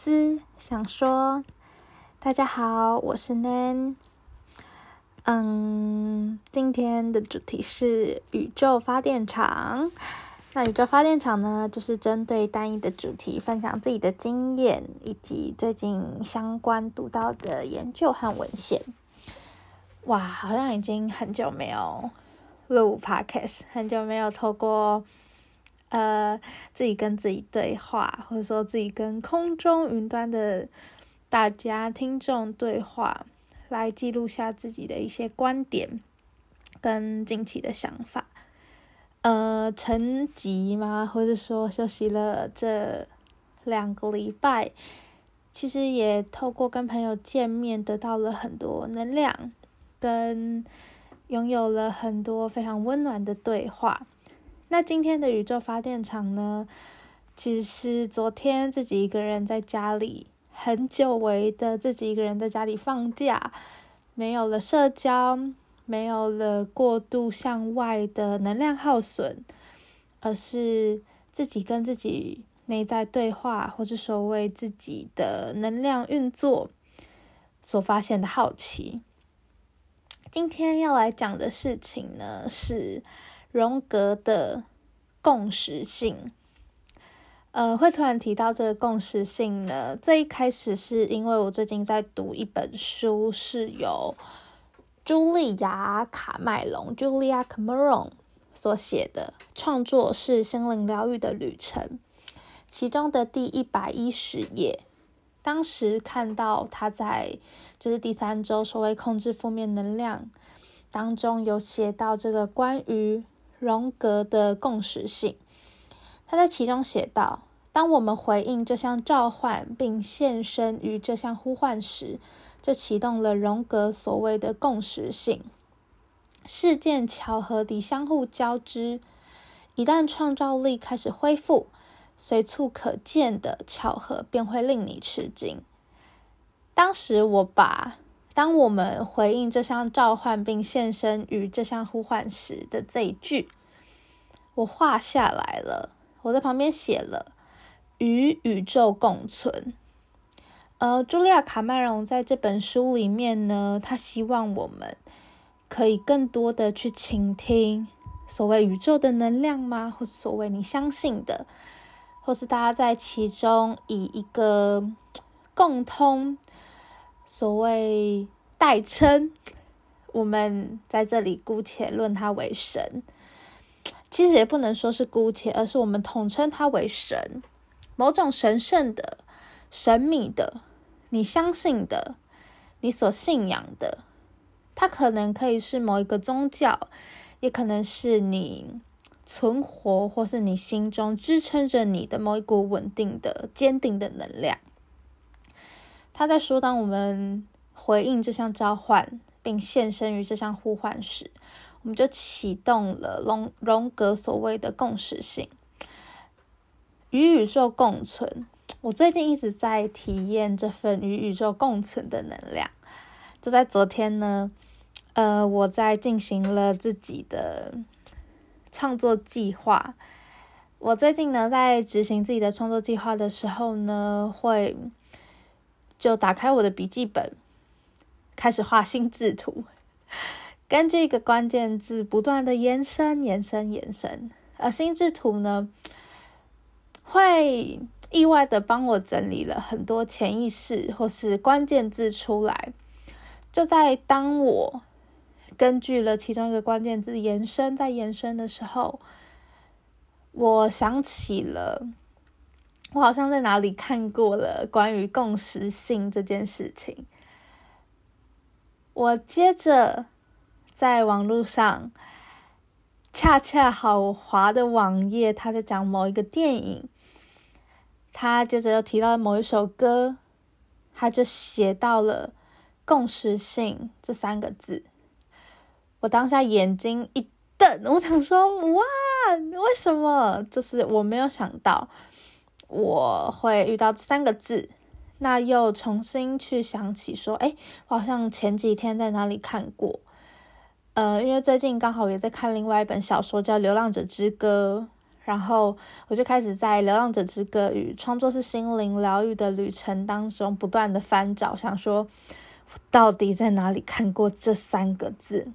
思想说。大家好，我是 Nan。今天的主题是宇宙发电厂。那宇宙发电厂呢，就是针对单一的主题分享自己的经验，以及最近相关读到的研究和文献。哇，好像已经很久没有录 podcast， 很久没有透过自己跟自己对话，或者说自己跟空中云端的大家听众对话，来记录下自己的一些观点跟近期的想法。沉寂吗？或者说休息了这2个礼拜，其实也透过跟朋友见面，得到了很多能量，跟拥有了很多非常温暖的对话。那今天的宇宙发电厂呢，其实是昨天自己一个人在家里，很久违的自己一个人在家里放假，没有了社交，没有了过度向外的能量耗损，而是自己跟自己内在对话，或是所谓自己的能量运作所发现的好奇。今天要来讲的事情呢，是荣格的共识性。会突然提到这个共识性呢，最一开始是因为我最近在读一本书，是由茱莉亚·卡麦隆 （Julia Cameron） 所写的，创作是心灵疗愈的旅程，其中的第110页。当时看到他在就是第3周所谓控制负面能量当中有写到这个关于荣格的共识性。他在其中写道，当我们回应这项召唤并现身于这项呼唤时，就启动了荣格所谓的共识性。事件巧合地相互交织，一旦创造力开始恢复，随处可见的巧合便会令你吃惊。当时我把当我们回应这项召唤并现身于这项呼唤时的这一句我画下来了，我在旁边写了与宇宙共存。茱莉亚·卡麦隆在这本书里面呢，他希望我们可以更多的去倾听所谓宇宙的能量吗？或是所谓你相信的，或是大家在其中以一个共通所谓代称，我们在这里姑且论它为神。其实也不能说是姑且，而是我们统称它为神，某种神圣的、神秘的，你相信的，你所信仰的。它可能可以是某一个宗教，也可能是你存活或是你心中支撑着你的某一股稳定的、坚定的能量。他在说，当我们回应这项召唤并现身于这项呼唤时，我们就启动了荣格所谓的共识性，与宇宙共存。我最近一直在体验这份与宇宙共存的能量。就在昨天呢，我在进行了自己的创作计划。我最近呢，在执行自己的创作计划的时候呢，会就打开我的笔记本，开始画心智图。根据一个关键字不断的延伸。而心智图呢，会意外的帮我整理了很多潜意识或是关键字出来。就在当我根据了其中一个关键字延伸的时候，我想起了我好像在哪里看过了关于共识性这件事情。我接着在网络上恰恰好滑的网页，他在讲某一个电影，他接着又提到某一首歌，他就写到了共识性这3个字。我当下眼睛一瞪，我想说哇，为什么？就是我没有想到我会遇到这3个字。那又重新去想起说，我好像前几天在哪里看过。因为最近刚好也在看另外一本小说叫《流浪者之歌》， 然后我就开始在《流浪者之歌》与创作是心灵疗愈的旅程当中不断的翻找，想说我到底在哪里看过这3个字。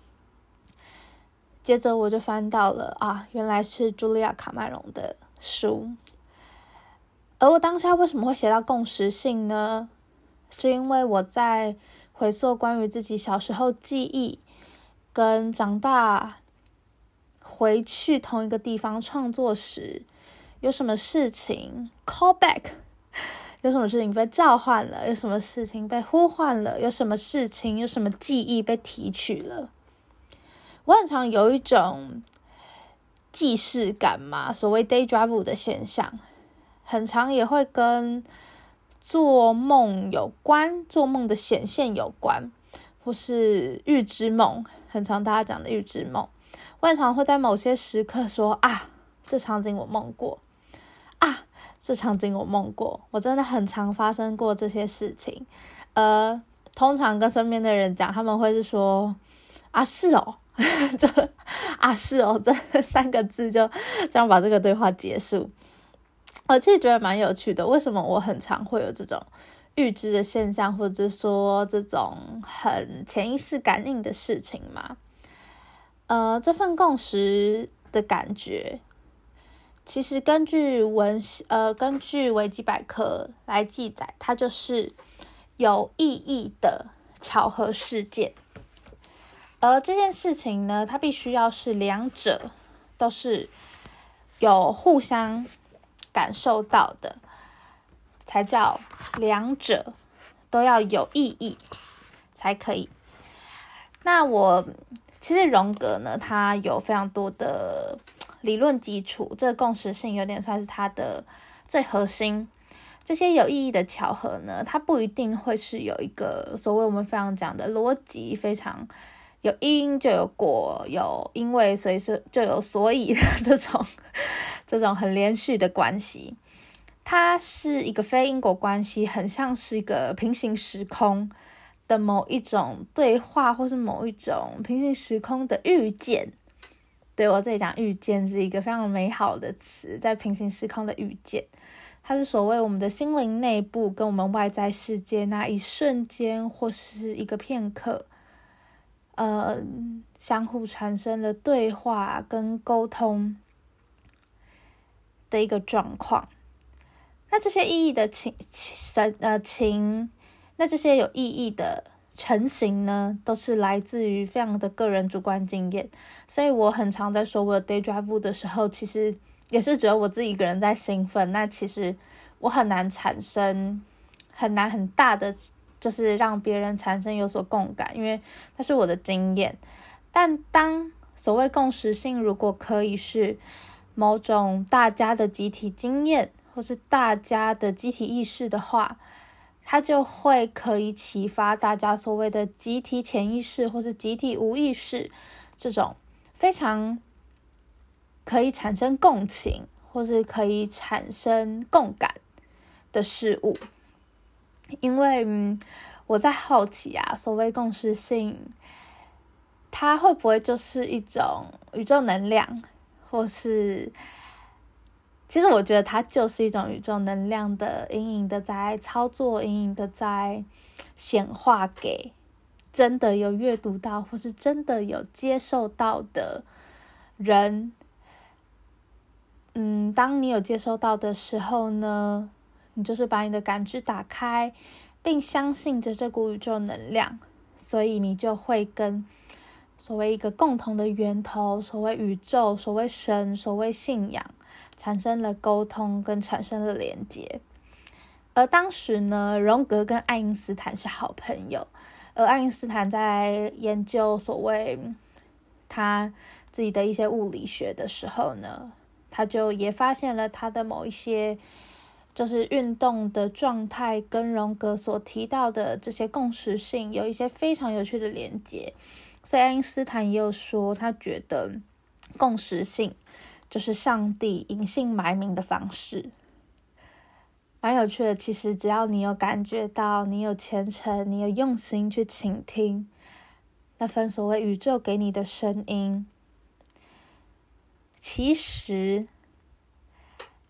接着我就翻到了原来是茱莉亚·卡麦隆的书。而我当下为什么会写到共识性呢？是因为我在回溯关于自己小时候记忆跟长大回去同一个地方创作时，有什么事情 call back， 有什么事情被召唤了，有什么事情被呼唤了，有什么事情，有什么记忆被提取了。我很常有一种既视感嘛，所谓 déjà vu 的现象，很常也会跟做梦有关，做梦的显现有关，或是预知梦，很常大家讲的预知梦。我很常会在某些时刻说这场景我梦过，这场景我梦过，我真的很常发生过这些事情。通常跟身边的人讲，他们会是说是哦是哦，这3个字就这样把这个对话结束。我其实觉得蛮有趣的，为什么我很常会有这种预知的现象，或者说这种很潜意识感应的事情嘛？这份共识的感觉，其实根据维基百科来记载，它就是有意义的巧合事件。而这件事情呢，它必须要是2者都是有互相感受到的，才叫2者都要有意义才可以。那其实荣格呢，他有非常多的理论基础，这个共识性有点算是他的最核心。这些有意义的巧合呢，它不一定会是有一个所谓我们非常讲的逻辑，非常有因就有果，有因为所以就有所以的这种很连续的关系。它是一个非因果关系，很像是一个平行时空的某一种对话，或是某一种平行时空的遇见。对，我这里讲遇见是一个非常美好的词，在平行时空的遇见，它是所谓我们的心灵内部跟我们外在世界那一瞬间或是一个片刻相互产生了对话跟沟通的一个状况。那这些意义的那这些有意义的成型呢，都是来自于非常的个人主观经验。所以我很常在说我有 déjà vu 的时候，其实也是觉得我自己一个人在兴奋，那其实我很难很大的就是让别人产生有所共感，因为那是我的经验。但当所谓共识性如果可以是某种大家的集体经验，或是大家的集体意识的话，它就会可以启发大家所谓的集体潜意识或是集体无意识，这种非常可以产生共情或是可以产生共感的事物。因为我在好奇所谓共识性，它会不会就是一种宇宙能量，或是其实我觉得它就是一种宇宙能量的隐隐的在操作，隐隐的在显化给真的有阅读到或是真的有接受到的人。当你有接收到的时候呢，你就是把你的感知打开，并相信着这股宇宙能量，所以你就会跟所谓一个共同的源头，所谓宇宙，所谓神，所谓信仰，产生了沟通跟产生了连接。而当时呢，荣格跟爱因斯坦是好朋友，而爱因斯坦在研究所谓他自己的一些物理学的时候呢，他就也发现了他的某一些就是运动的状态跟荣格所提到的这些共识性有一些非常有趣的连接。所以爱因斯坦也有说，他觉得共识性就是上帝隐姓埋名的方式。蛮有趣的，其实只要你有感觉到，你有虔诚，你有用心去倾听那份所谓宇宙给你的声音，其实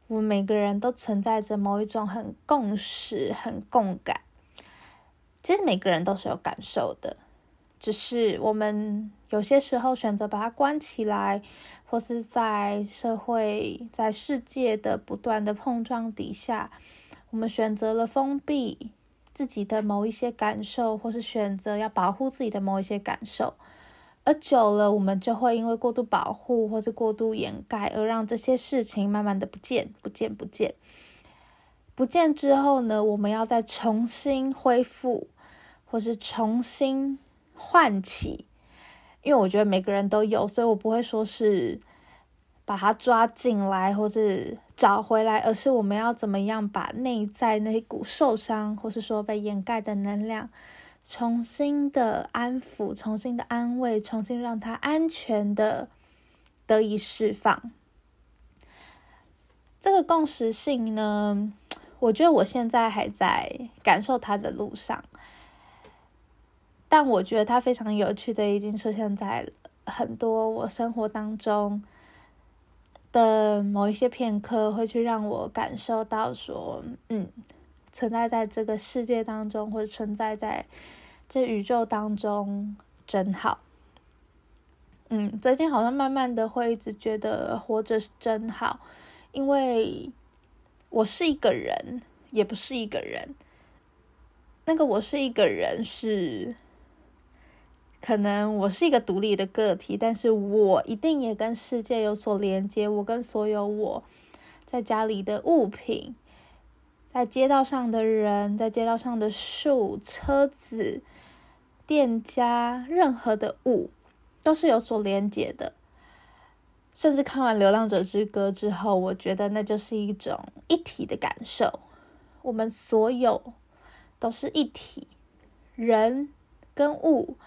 我们每个人都存在着某一种很共识、很共感。其实每个人都是有感受的，只是我们有些时候选择把它关起来，或是在社会、在世界的不断的碰撞底下，我们选择了封闭自己的某一些感受，或是选择要保护自己的某一些感受，而久了我们就会因为过度保护或是过度掩盖，而让这些事情慢慢的不见之后呢，我们要再重新恢复或是重新唤起。因为我觉得每个人都有，所以我不会说是把它抓进来或是找回来，而是我们要怎么样把内在那股受伤或是说被掩盖的能量重新的安抚，重新的安慰，重新让它安全的得以释放。这个共识性呢，我觉得我现在还在感受它的路上，但我觉得它非常有趣的已经出现在很多我生活当中的某一些片刻，会去让我感受到说，存在在这个世界当中，或者存在在这宇宙当中真好。最近好像慢慢的会一直觉得活着是真好，因为我是一个人，也不是一个人。那个我是一个人是，可能我是一个独立的个体，但是我一定也跟世界有所连接。我跟所有我在家里的物品，在街道上的人，在街道上的树、车子、店家，任何的物都是有所连接的。甚至看完《流浪者之歌》之后，我觉得那就是一种一体的感受。我们所有都是一体，人跟物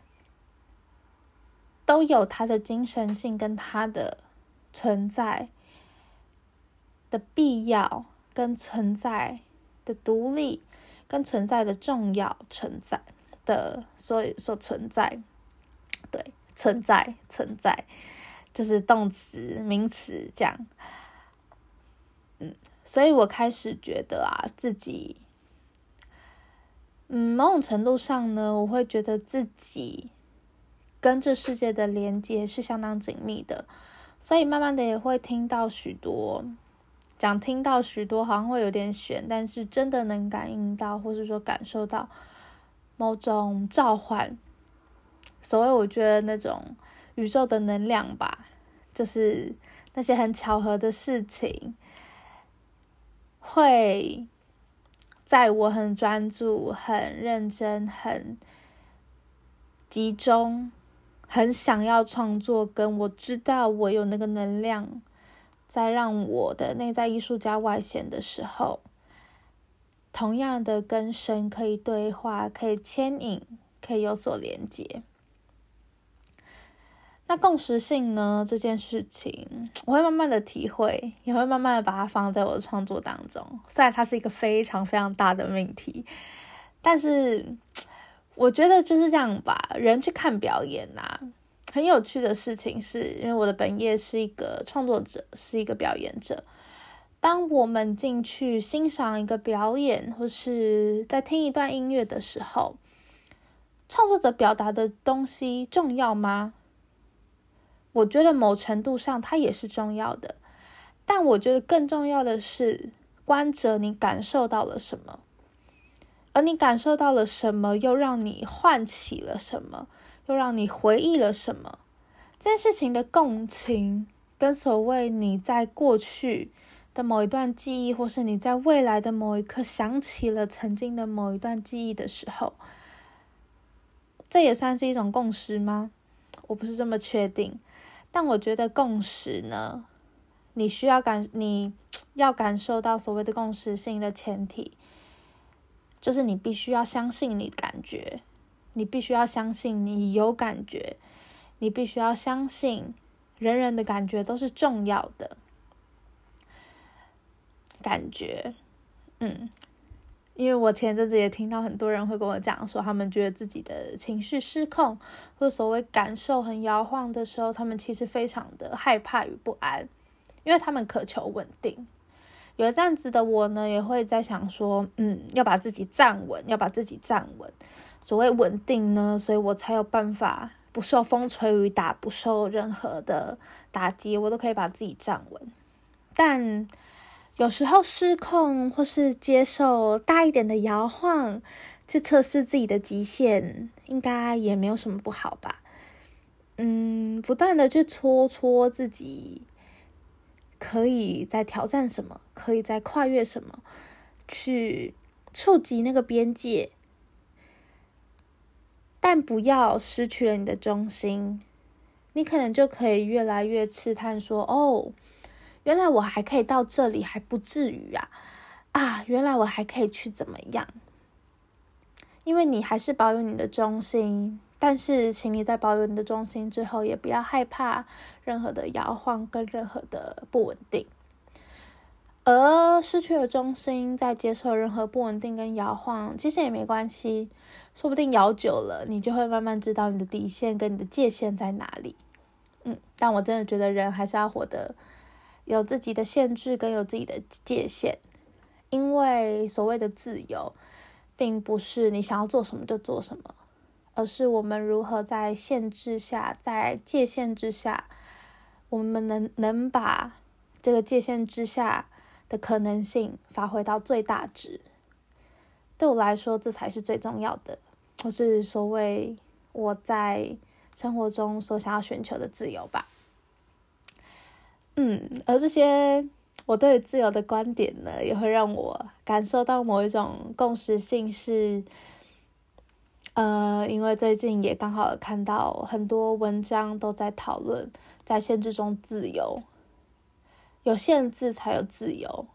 都有它的精神性跟它的存在的必要，跟存在的独立，跟存在的重要存在的所存在。对，存在就是动词名词这样。所以我开始觉得自己某种程度上呢，我会觉得自己跟这世界的连接是相当紧密的，所以慢慢的也会听到许多好像会有点悬，但是真的能感应到或是说感受到某种召唤。所谓我觉得那种宇宙的能量吧，就是那些很巧合的事情，会在我很专注、很认真、很集中、很想要创作，跟我知道我有那个能量在让我的内在艺术家外显的时候，同样的跟神可以对话，可以牵引，可以有所连接。那共识性呢，这件事情我会慢慢的体会，也会慢慢的把它放在我的创作当中。虽然它是一个非常非常大的命题，但是我觉得就是这样吧。人去看表演很有趣的事情是，因为我的本业是一个创作者，是一个表演者。当我们进去欣赏一个表演，或是在听一段音乐的时候，创作者表达的东西重要吗？我觉得某程度上它也是重要的，但我觉得更重要的是观者你感受到了什么，而你感受到了什么，又让你唤起了什么，又让你回忆了什么。这件事情的共情，跟所谓你在过去的某一段记忆，或是你在未来的某一刻想起了曾经的某一段记忆的时候，这也算是一种共识吗？我不是这么确定。但我觉得共识呢，你要感受到所谓的共识性的前提，就是你必须要相信你的感觉，你必须要相信你有感觉，你必须要相信人人的感觉都是重要的感觉。因为我前阵子也听到很多人会跟我讲说，他们觉得自己的情绪失控，或者所谓感受很摇晃的时候，他们其实非常的害怕与不安，因为他们渴求稳定。 有一阵子的我呢，也会在想说，要把自己站稳，所谓稳定呢，所以我才有办法不受风吹雨打，不受任何的打击，我都可以把自己站稳。但有时候失控，或是接受大一点的摇晃，去测试自己的极限，应该也没有什么不好吧。不断的去戳自己，可以在挑战什么，可以在跨越什么，去触及那个边界，但不要失去了你的中心。你可能就可以越来越刺探说，原来我还可以到这里，还不至于原来我还可以去怎么样。因为你还是保有你的中心，但是请你在保有你的中心之后，也不要害怕任何的摇晃跟任何的不稳定。而失去了中心，再接受任何不稳定跟摇晃，其实也没关系，说不定摇久了，你就会慢慢知道你的底线跟你的界限在哪里。但我真的觉得人还是要活得有自己的限制跟有自己的界限，因为所谓的自由并不是你想要做什么就做什么，而是我们如何在限制下，在界限之下，我们能把这个界限之下的可能性发挥到最大值。对我来说，这才是最重要的，或是所谓我在生活中所想要寻求的自由吧。而这些我对于自由的观点呢，也会让我感受到某一种共识性是，因为最近也刚好看到很多文章都在讨论，在限制中自由，有限制才有自由。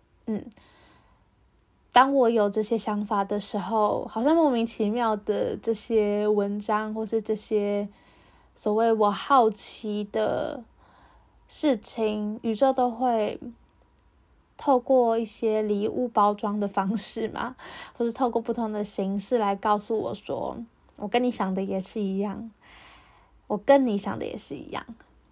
当我有这些想法的时候，好像莫名其妙的这些文章或是这些所谓我好奇的事情，宇宙都会透过一些礼物包装的方式嘛，或是透过不同的形式来告诉我说，我跟你想的也是一样，我跟你想的也是一样。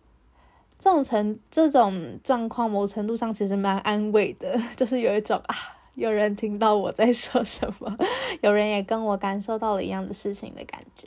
这种状况某程度上其实蛮安慰的，就是有一种有人听到我在说什么，有人也跟我感受到了一样的事情的感觉。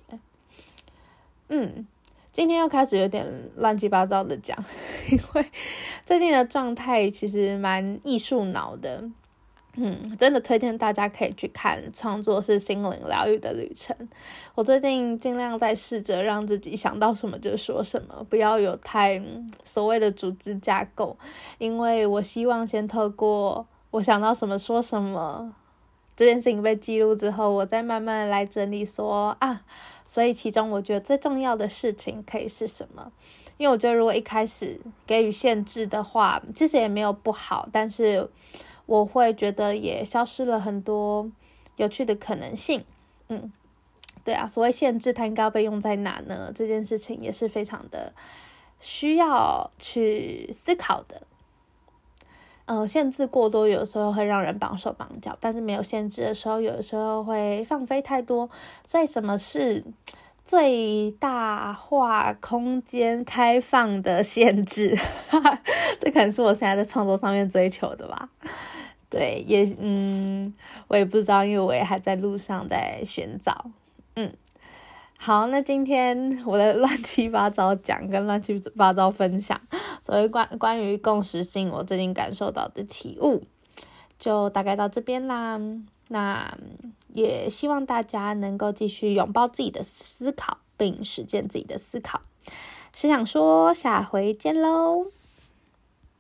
今天又开始有点乱七八糟的讲，因为最近的状态其实蛮艺术脑的。真的推荐大家可以去看创作是心灵疗愈的旅程。我最近尽量在试着让自己想到什么就说什么，不要有太所谓的组织架构，因为我希望先透过我想到什么说什么这件事情被记录之后，我再慢慢来整理说所以其中我觉得最重要的事情可以是什么。因为我觉得如果一开始给予限制的话，其实也没有不好，但是我会觉得也消失了很多有趣的可能性。对所谓限制它应该要被用在哪呢？这件事情也是非常的需要去思考的。限制过多有的时候会让人绑手绑脚，但是没有限制的时候，有的时候会放飞太多。所以什么是最大化空间开放的限制？这可能是我现在在创作上面追求的吧。对，我也不知道，因为我也还在路上在寻找。好，那今天我的乱七八糟讲跟乱七八糟分享，所谓关于共识性我最近感受到的体悟，就大概到这边啦。那也希望大家能够继续拥抱自己的思考，并实践自己的思考。是想说下回见咯。